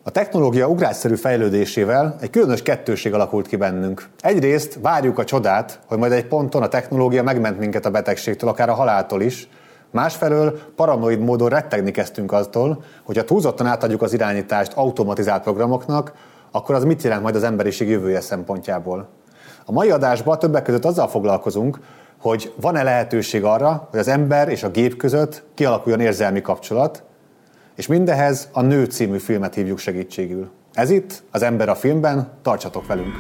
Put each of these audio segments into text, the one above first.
A technológia ugrásszerű fejlődésével egy különös kettősség alakult ki bennünk. Egyrészt várjuk a csodát, hogy majd egy ponton a technológia megment minket a betegségtől, akár a haláltól is. Másfelől paranoid módon rettegni kezdtünk attól, hogy ha túlzottan átadjuk az irányítást automatizált programoknak, akkor az mit jelent majd az emberiség jövője szempontjából. A mai adásban többek között azzal foglalkozunk, hogy van-e lehetőség arra, hogy az ember és a gép között kialakuljon érzelmi kapcsolat, és mindehez a Nő című filmet hívjuk segítségül. Ez itt, az Ember a filmben, tartsatok velünk!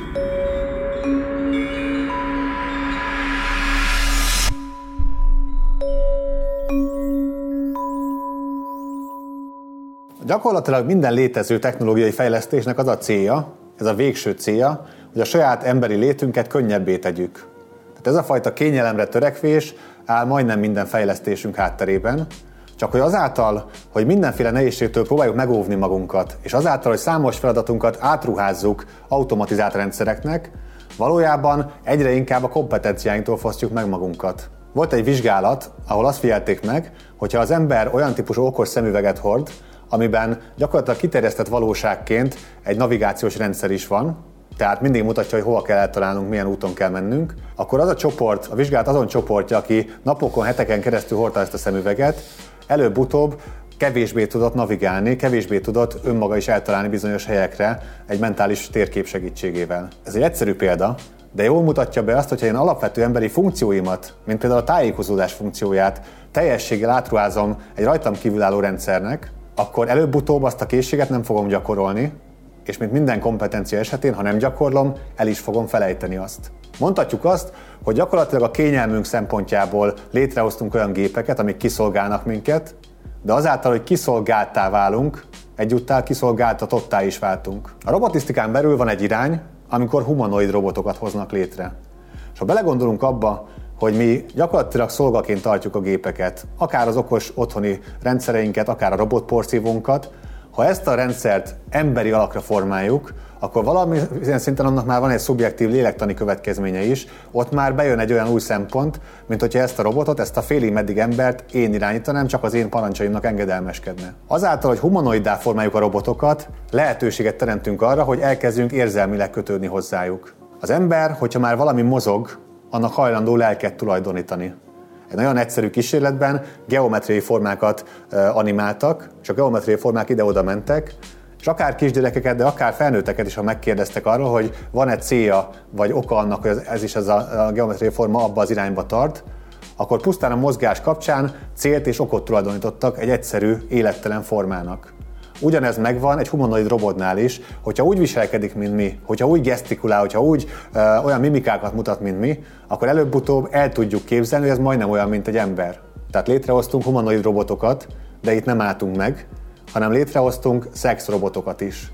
Gyakorlatilag minden létező technológiai fejlesztésnek az a célja, ez a végső célja, hogy a saját emberi létünket könnyebbé tegyük. Tehát ez a fajta kényelemre törekvés áll majdnem minden fejlesztésünk hátterében, csak hogy azáltal, hogy mindenféle nehézségtől próbáljuk megóvni magunkat, és azáltal, hogy számos feladatunkat átruházzuk automatizált rendszereknek, valójában egyre inkább a kompetenciáinktól fosztjuk meg magunkat. Volt egy vizsgálat, ahol azt figyelték meg, hogyha az ember olyan típusú okos szemüveget hord, amiben gyakorlatilag kiterjesztett valóságként egy navigációs rendszer is van, tehát mindig mutatja, hogy hova kell eltalálnunk, milyen úton kell mennünk, akkor az a csoport, a vizsgálat azon csoportja, aki napokon, heteken keresztül hordta ezt a szemüveget, előbb-utóbb kevésbé tudott navigálni, kevésbé tudott önmaga is eltalálni bizonyos helyekre egy mentális térkép segítségével. Ez egy egyszerű példa, de jól mutatja be azt, hogyha én alapvető emberi funkcióimat, mint például a tájékozódás funkcióját teljességgel átruházom egy rajtam kívülálló rendszernek, akkor előbb-utóbb azt a készséget nem fogom gyakorolni, és mint minden kompetencia esetén, ha nem gyakorlom, el is fogom felejteni azt. Mondhatjuk azt, hogy gyakorlatilag a kényelmünk szempontjából létrehoztunk olyan gépeket, amik kiszolgálnak minket, de azáltal, hogy kiszolgálttá válunk, egyúttal kiszolgáltatottá is váltunk. A robotisztikán belül van egy irány, amikor humanoid robotokat hoznak létre. És ha belegondolunk abba, hogy mi gyakorlatilag szolgaként tartjuk a gépeket, akár az okos otthoni rendszereinket, akár a robotporszívónkat, ha ezt a rendszert emberi alakra formáljuk, akkor valamilyen szinten annak már van egy szubjektív lélektani következménye is, ott már bejön egy olyan új szempont, mint hogyha ezt a robotot, ezt a félig meddig embert én irányítanám, csak az én parancsaimnak engedelmeskedne. Azáltal, hogy humanoiddá formáljuk a robotokat, lehetőséget teremtünk arra, hogy elkezdjünk érzelmileg kötődni hozzájuk. Az ember, hogyha már valami mozog, annak hajlandó lelket tulajdonítani. Egy nagyon egyszerű kísérletben geometriai formákat animáltak, és a geometriai formák ide-oda mentek, és akár kisgyerekeket, de akár felnőtteket is, ha megkérdeztek arról, hogy van-e célja vagy oka annak, hogy ez a geometriai forma abba az irányba tart, akkor pusztán a mozgás kapcsán célt és okot tulajdonítottak egy egyszerű, élettelen formának. Ugyanez megvan egy humanoid robotnál is, hogyha úgy viselkedik, mint mi, hogyha úgy gesztikulál, hogyha úgy olyan mimikákat mutat, mint mi, akkor előbb-utóbb el tudjuk képzelni, hogy ez majdnem olyan, mint egy ember. Tehát létrehoztunk humanoid robotokat, de itt nem álltunk meg, hanem létrehoztunk szexrobotokat is.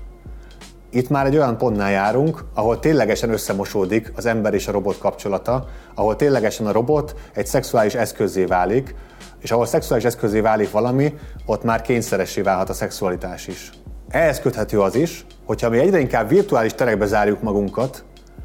Itt már egy olyan pontnál járunk, ahol ténylegesen összemosódik az ember és a robot kapcsolata, ahol ténylegesen a robot egy szexuális eszközzé válik, és ahol szexuális eszközé válik valami, ott már kényszeressé válhat a szexualitás is. Ehhez köthető az is, hogyha mi egyre inkább virtuális terekbe zárjuk magunkat,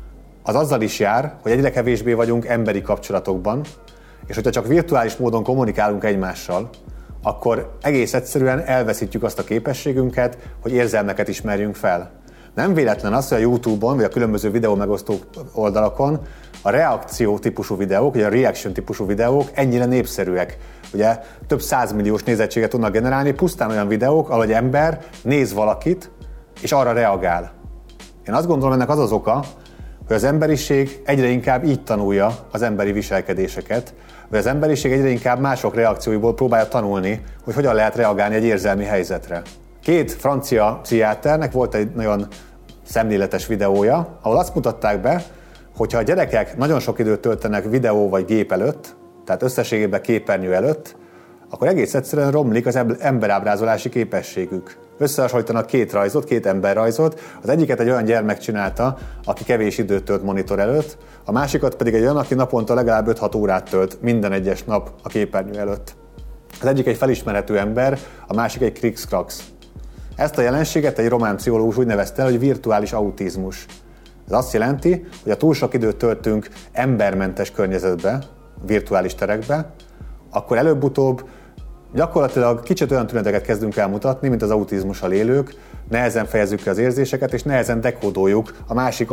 az azzal is jár, hogy egyre kevésbé vagyunk emberi kapcsolatokban, és hogyha csak virtuális módon kommunikálunk egymással, akkor egész egyszerűen elveszítjük azt a képességünket, hogy érzelmeket ismerjünk fel. Nem véletlen az, hogy a YouTube-on, vagy a különböző videó megosztó oldalakon a reakció típusú videók, vagy a reaction típusú videók ennyire népszerűek. Ugye több 100 milliós nézettséget tudnak generálni, pusztán olyan videók, ahol egy ember néz valakit, és arra reagál. Én azt gondolom, ennek az az oka, hogy az emberiség egyre inkább így tanulja az emberi viselkedéseket, vagy az emberiség egyre inkább mások reakcióiból próbálja tanulni, hogy hogyan lehet reagálni egy érzelmi helyzetre. Két francia pszichiáternek volt egy nagyon szemléletes videója, ahol azt mutatták be, hogyha a gyerekek nagyon sok időt töltenek videó vagy gép előtt, tehát összességében képernyő előtt, akkor egész egyszerűen romlik az emberábrázolási képességük. Összehasonlítanak két rajzot, két emberrajzot, az egyiket egy olyan gyermek csinálta, aki kevés időt tölt monitor előtt, a másikat pedig egy olyan, aki naponta legalább 5-6 órát tölt minden egyes nap a képernyő előtt. Az egyik egy felismerhető ember, a másik egy krikszkraksz. Ezt a jelenséget egy román pszichológus úgy nevezte el, hogy virtuális autizmus. Ez azt jelenti, hogy ha túl sok időt töltünk embermentes környezetbe, virtuális terekbe, akkor előbb-utóbb Gyakorlatilag kicsit olyan tüneteket kezdünk el mutatni, mint az autizmussal élők, nehezen fejezzük ki az érzéseket, és nehezen dekódoljuk a másik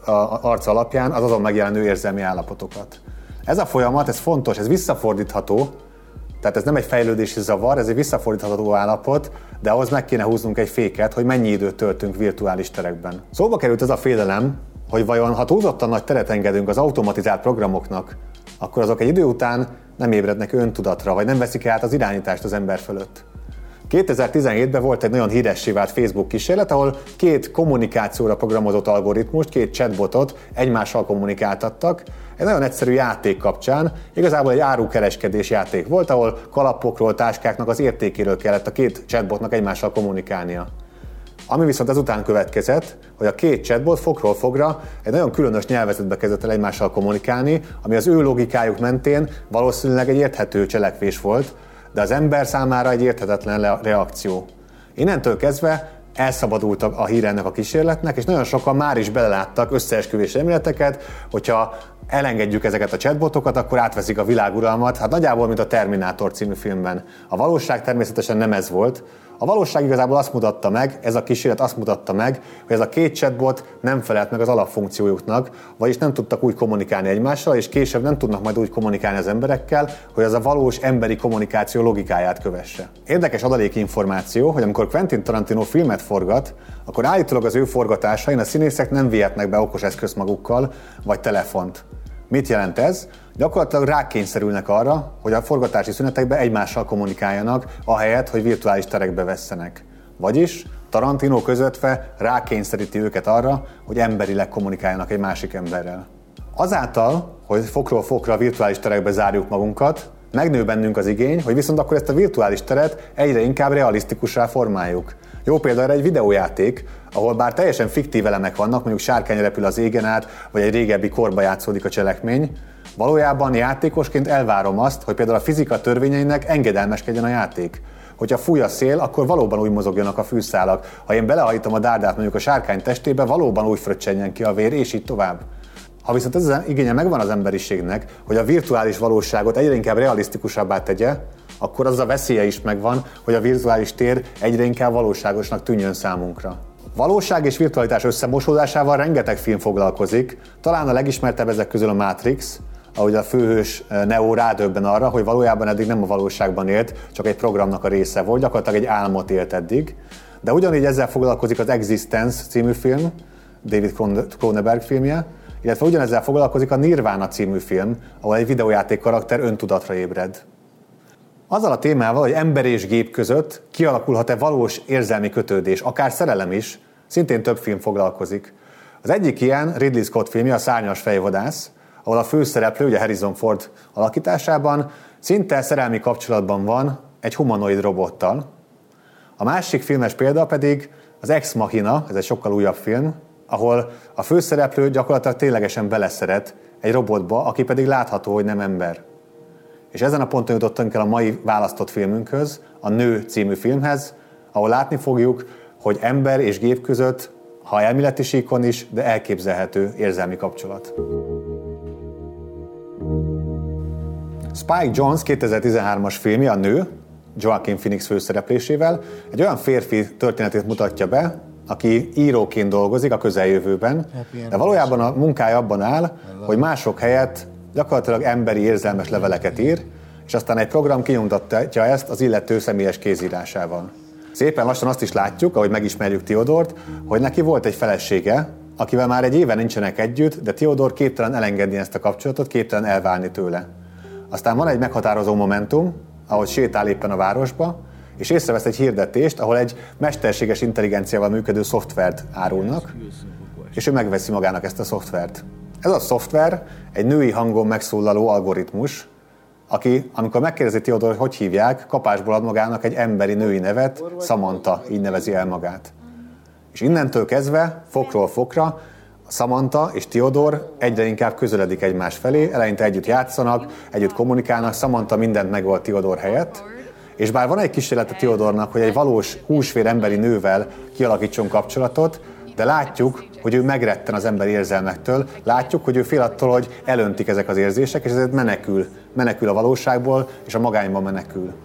arc alapján az azon megjelenő érzelmi állapotokat. Ez a folyamat, ez fontos, ez visszafordítható, tehát ez nem egy fejlődési zavar, ez egy visszafordítható állapot, de ahhoz meg kéne húznunk egy féket, hogy mennyi időt töltünk virtuális terekben. Szóba került ez a félelem, hogy vajon ha túlzottan nagy teret engedünk az automatizált programoknak, akkor azok egy idő után nem ébrednek öntudatra, vagy nem veszik át az irányítást az ember fölött. 2017-ben volt egy nagyon híressé vált Facebook kísérlet, ahol két kommunikációra programozott algoritmust, két chatbotot egymással kommunikáltattak. Egy nagyon egyszerű játék kapcsán, igazából egy árukereskedés játék volt, ahol kalapokról, táskáknak az értékéről kellett a két chatbotnak egymással kommunikálnia. Ami viszont ezután következett, hogy a két chatbot fogról fogra egy nagyon különös nyelvezetbe kezdett el egymással kommunikálni, ami az ő logikájuk mentén valószínűleg egy érthető cselekvés volt, de az ember számára egy érthetetlen reakció. Innentől kezdve elszabadult a hír ennek a kísérletnek, és nagyon sokan már is beleláttak összeesküvés elméleteket, hogyha elengedjük ezeket a chatbotokat, akkor átveszik a világuralmat, hát nagyjából, mint a Terminátor című filmben. A valóság természetesen nem ez volt. A valóság igazából azt mutatta meg, ez a kísérlet azt mutatta meg, hogy ez a két chatbot nem felelt meg az alapfunkciójuknak, vagyis nem tudtak úgy kommunikálni egymással, és később nem tudnak majd úgy kommunikálni az emberekkel, hogy az a valós emberi kommunikáció logikáját kövesse. Érdekes adalékinformáció, hogy amikor Quentin Tarantino filmet forgat, akkor állítólag az ő forgatásain a színészek nem vihetnek be okos eszközt magukkal, vagy telefont. Mit jelent ez? Gyakorlatilag rákényszerülnek arra, hogy a forgatási szünetekben egymással kommunikáljanak, ahelyett, hogy virtuális terekbe vesszenek. Vagyis Tarantino közvetve rákényszeríti őket arra, hogy emberileg kommunikáljanak egy másik emberrel. Azáltal, hogy fokról fokra virtuális terekbe zárjuk magunkat, megnő bennünk az igény, hogy viszont akkor ezt a virtuális teret egyre inkább realisztikussá formáljuk. Jó példa erre egy videójáték, ahol bár teljesen fiktív elemek vannak, mondjuk sárkány repül az égen át, vagy egy régebbi korba játszódik a cselekmény, valójában játékosként elvárom azt, hogy például a fizika törvényeinek engedelmeskedjen a játék. Hogyha fúj a szél, akkor valóban úgy mozogjanak a fűszálak. Ha én belehajítom a dárdát mondjuk a sárkány testébe, valóban úgy fröccsenjen ki a vér, és így tovább. Ha viszont ez az igénye megvan az emberiségnek, hogy a virtuális valóságot egyre inkább realisztikusabbá tegye, akkor az a veszélye is megvan, hogy a virtuális tér egyre inkább valóságosnak tűnjön számunkra. Valóság és virtualitás összemosódásával rengeteg film foglalkozik, talán a legismertebb ezek közül a Matrix, ahogy a főhős Neo rádöbben arra, hogy valójában eddig nem a valóságban élt, csak egy programnak a része volt, gyakorlatilag egy álmot élt eddig. De ugyanígy ezzel foglalkozik az Existence című film, David Cronenberg filmje, illetve ugyanezzel foglalkozik a Nirvana című film, ahol egy videójáték karakter öntudatra ébred. Azzal a témával, hogy ember és gép között kialakulhat-e valós érzelmi kötődés, akár szerelem is, szintén több film foglalkozik. Az egyik ilyen Ridley Scott filmje, a Szárnyas fejvadász, ahol a főszereplő, ugye Harrison Ford alakításában szinte szerelmi kapcsolatban van egy humanoid robottal. A másik filmes példa pedig az Ex Machina, ez egy sokkal újabb film, ahol a főszereplő gyakorlatilag ténylegesen beleszeret egy robotba, aki pedig látható, hogy nem ember. És ezen a ponton jutottunk el a mai választott filmünkhöz, a Nő című filmhez, ahol látni fogjuk, hogy ember és gép között, ha elméleti síkon is, de elképzelhető érzelmi kapcsolat. Spike Jonze 2013-as filmje, a Nő, Joaquin Phoenix főszereplésével egy olyan férfi történetét mutatja be, aki íróként dolgozik a közeljövőben, de valójában a munkája abban áll, hogy mások helyett gyakorlatilag emberi érzelmes leveleket ír, és aztán egy program kinyomtatja ezt az illető személyes kézírásával. Szépen lassan azt is látjuk, ahogy megismerjük Theodort, hogy neki volt egy felesége, akivel már egy éve nincsenek együtt, de Theodor képtelen elengedni ezt a kapcsolatot, képtelen elválni tőle. Aztán van egy meghatározó momentum, ahogy sétál éppen a városba, és észrevesz egy hirdetést, ahol egy mesterséges intelligenciával működő szoftvert árulnak, és ő megveszi magának ezt a szoftvert. Ez a szoftver egy női hangon megszólaló algoritmus, aki, amikor megkérdezi Theodor, hogy hívják, kapásból ad magának egy emberi női nevet, Samantha, így nevezi el magát. És innentől kezdve, fokról fokra, Samantha és Theodor egyre inkább közeledik egymás felé, eleinte együtt játszanak, együtt kommunikálnak, Samantha mindent megold Theodor helyett, és bár van egy kísérlet a Theodornak, hogy egy valós húsvér emberi nővel kialakítson kapcsolatot, de látjuk, hogy ő megretten az emberi érzelmektől, látjuk, hogy ő fél attól, hogy elöntik ezek az érzések, és ezért menekül a valóságból, és a magányba menekül.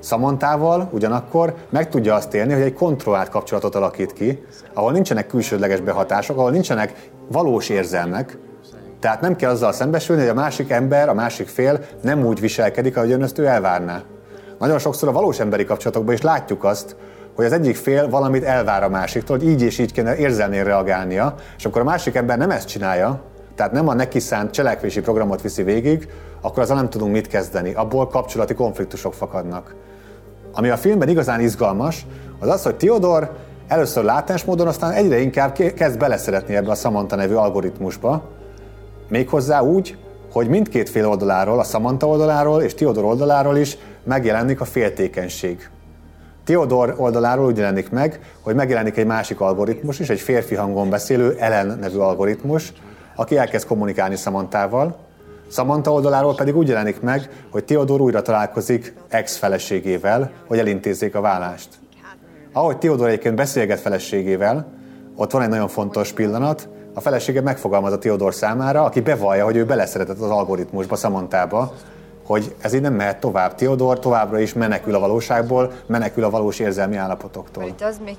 Samantával ugyanakkor meg tudja azt élni, hogy egy kontrollált kapcsolatot alakít ki, ahol nincsenek külsődleges behatások, ahol nincsenek valós érzelmek, tehát nem kell azzal szembesülni, hogy a másik ember, a másik fél nem úgy viselkedik, ahogy ezt ő elvárná. Nagyon sokszor a valós emberi kapcsolatokban is látjuk azt, hogy az egyik fél valamit elvár a másiktól, hogy így és így kéne érzelmén reagálnia, és akkor a másik ember nem ezt csinálja, tehát nem a neki szánt cselekvési programot viszi végig, akkor azzal nem tudunk mit kezdeni. Abból kapcsolati konfliktusok fakadnak. Ami a filmben igazán izgalmas, az az, hogy Theodore először látás módon, aztán egyre inkább kezd beleszeretni ebbe a Samantha nevű algoritmusba, méghozzá úgy, hogy mindkét fél oldaláról, a Samantha oldaláról és Theodore oldaláról is megjelenik a féltékenység. Theodore oldaláról úgy jelenik meg, hogy megjelenik egy másik algoritmus is, egy férfi hangon beszélő Ellen nevű algoritmus, aki elkezd kommunikálni Samanthával. Samantha oldaláról pedig úgy jelenik meg, hogy Theodore újra találkozik ex-feleségével, hogy elintézzék a válást. Ahogy Theodore egyébként beszélget feleségével, ott van egy nagyon fontos pillanat, a felesége megfogalmazza Theodore számára, aki bevallja, hogy ő beleszeretett az algoritmusba, Samanthába, hogy ez így nem mehet tovább. Theodore továbbra is menekül a valóságból, menekül a valós érzelmi állapotoktól.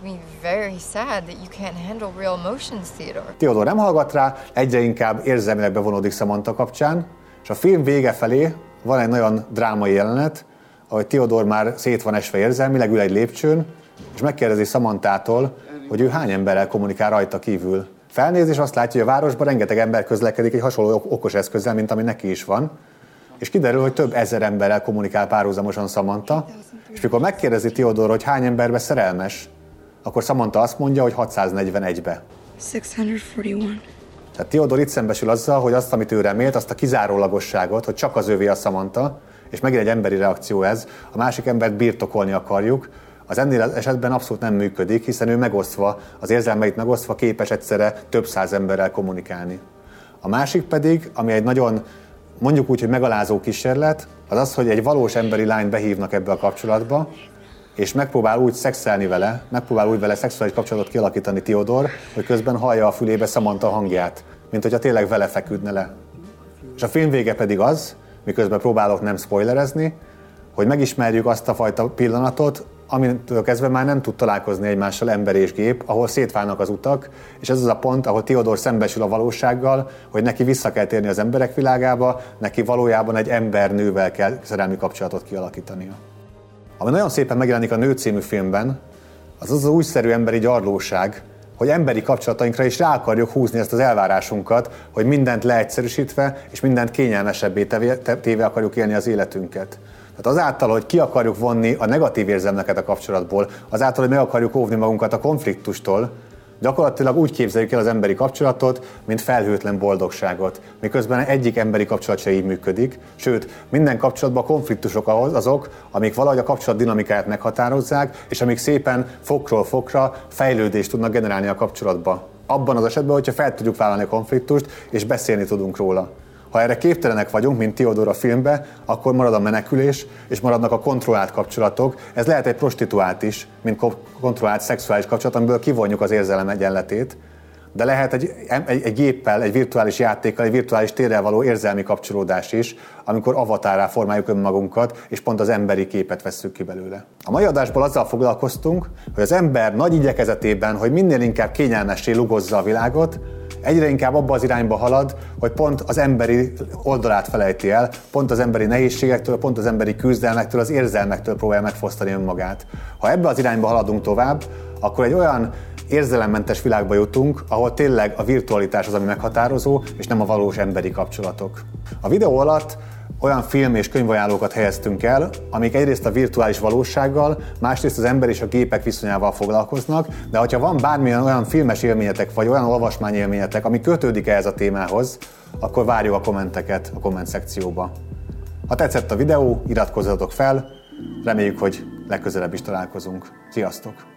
Theodore nem hallgat rá, egyre inkább érzelmileg bevonódik Samantha kapcsán, és a film vége felé van egy nagyon drámai jelenet, ahogy Theodore már szét van esve érzelmileg, ül egy lépcsőn, és megkérdezi Samanthától, hogy ő hány emberrel kommunikál rajta kívül. Felnéz, és azt látja, hogy a városban rengeteg ember közlekedik egy hasonló okos eszközzel, mint ami neki is van. És kiderül, hogy több ezer emberrel kommunikál párhuzamosan Samantha, és mikor megkérdezi Theodore, hogy hány emberbe szerelmes, akkor Samantha azt mondja, hogy 641-be. 641. Tehát Theodore itt szembesül azzal, hogy azt, amit ő remélt, azt a kizárólagosságot, hogy csak az övé a Samantha, és megint egy emberi reakció ez, a másik embert birtokolni akarjuk, az ennél az esetben abszolút nem működik, hiszen ő megosztva, az érzelmeit megosztva képes egyszerre több száz emberrel kommunikálni. A másik pedig, ami egy nagyon, mondjuk úgy, hogy megalázó kísérlet, az az, hogy egy valós emberi lányt behívnak ebbe a kapcsolatba, és megpróbál úgy szexelni vele, megpróbál úgy vele szexuális kapcsolatot kialakítani Theodore, hogy közben hallja a fülébe Samantha hangját, mint hogyha tényleg vele feküdne le. És a film vége pedig az, miközben próbálok nem spoilerezni, hogy megismerjük azt a fajta pillanatot, amitől kezdve már nem tud találkozni egymással ember és gép, ahol szétválnak az utak, és ez az a pont, ahol Theodore szembesül a valósággal, hogy neki vissza kell térni az emberek világába, neki valójában egy ember-nővel kell szerelmi kapcsolatot kialakítania. Ami nagyon szépen megjelenik a Nő című filmben, az az újszerű emberi gyarlóság, hogy emberi kapcsolatainkra is rá akarjuk húzni ezt az elvárásunkat, hogy mindent leegyszerűsítve és mindent kényelmesebbé téve akarjuk élni az életünket. Tehát azáltal, hogy ki akarjuk vonni a negatív érzelmeket a kapcsolatból, azáltal, hogy meg akarjuk óvni magunkat a konfliktustól, gyakorlatilag úgy képzeljük el az emberi kapcsolatot, mint felhőtlen boldogságot, miközben egyik emberi kapcsolat se így működik, sőt, minden kapcsolatban a konfliktusok azok, amik valahogy a kapcsolat dinamikáját meghatározzák, és amik szépen fokról fokra fejlődést tudnak generálni a kapcsolatba. Abban az esetben, hogyha fel tudjuk vállalni a konfliktust, és beszélni tudunk róla. Ha erre képtelenek vagyunk, mint Theodore a filmbe, akkor marad a menekülés, és maradnak a kontrollált kapcsolatok. Ez lehet egy prostituált is, mint kontrollált szexuális kapcsolat, amiből kivonjuk az érzelem egyenletét, de lehet egy géppel, egy virtuális játékkal, egy virtuális térrel való érzelmi kapcsolódás is, amikor avatárrá formáljuk önmagunkat, és pont az emberi képet vesszük ki belőle. A mai adásból azzal foglalkoztunk, hogy az ember nagy igyekezetében, hogy minél inkább kényelmessé lugozza a világot, egyre inkább abba az irányba halad, hogy pont az emberi oldalát felejti el, pont az emberi nehézségektől, pont az emberi küzdelmektől, az érzelmektől próbálja megfosztani önmagát. Ha ebbe az irányba haladunk tovább, akkor egy olyan érzelemmentes világba jutunk, ahol tényleg a virtualitás az, ami meghatározó, és nem a valós emberi kapcsolatok. A videó alatt olyan film- és könyvajánlókat helyeztünk el, amik egyrészt a virtuális valósággal, másrészt az ember és a gépek viszonyával foglalkoznak, de hogyha van bármilyen olyan filmes élményetek, vagy olyan olvasmányélményetek, ami kötődik ehhez a témához, akkor várjuk a kommenteket a komment szekcióba. Ha tetszett a videó, iratkozzatok fel, reméljük, hogy legközelebb is találkozunk. Sziasztok!